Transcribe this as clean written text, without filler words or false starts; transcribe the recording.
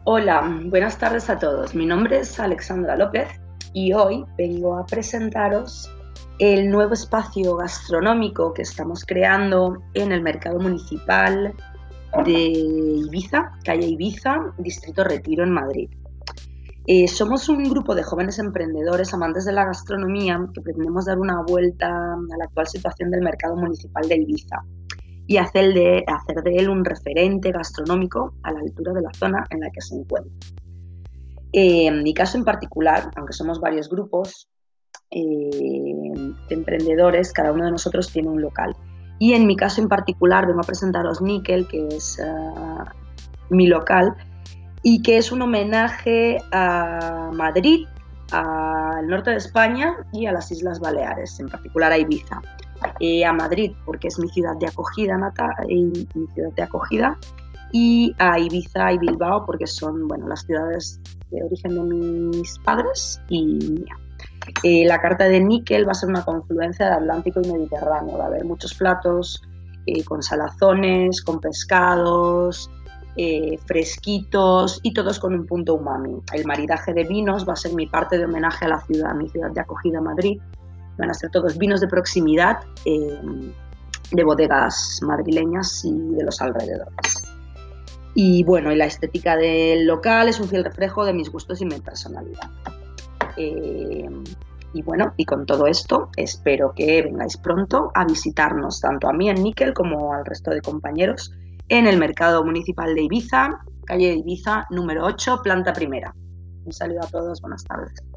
Hola, buenas tardes a todos. Mi nombre es Alexandra López y hoy vengo a presentaros el nuevo espacio gastronómico que estamos creando en el mercado municipal de Ibiza, calle Ibiza, Distrito Retiro, en Madrid. Somos un grupo de jóvenes emprendedores amantes de la gastronomía que pretendemos dar una vuelta a la actual situación del mercado municipal de Ibiza y hacer de él un referente gastronómico a la altura de la zona en la que se encuentra. En mi caso en particular, aunque somos varios grupos de emprendedores, cada uno de nosotros tiene un local. Y en mi caso en particular vengo a presentaros Níquel, que es mi local, y que es un homenaje a Madrid, al norte de España y a las Islas Baleares, en particular a Ibiza. A Madrid porque es mi ciudad de acogida y a Ibiza y Bilbao porque son las ciudades de origen de mis padres y mía. La carta de Níquel va a ser una confluencia de Atlántico y Mediterráneo. Va a haber muchos platos con salazones, con pescados, fresquitos y todos con un punto umami. El maridaje de vinos va a ser mi parte de homenaje a la ciudad, a mi ciudad de acogida, Madrid. Van a ser todos vinos de proximidad de bodegas madrileñas y de los alrededores. Y bueno, y la estética del local es un fiel reflejo de mis gustos y mi personalidad. Y bueno, y con todo esto, espero que vengáis pronto a visitarnos, tanto a mí en Níquel como al resto de compañeros, en el mercado municipal de Ibiza, calle de Ibiza, número 8, planta primera. Un saludo a todos, buenas tardes.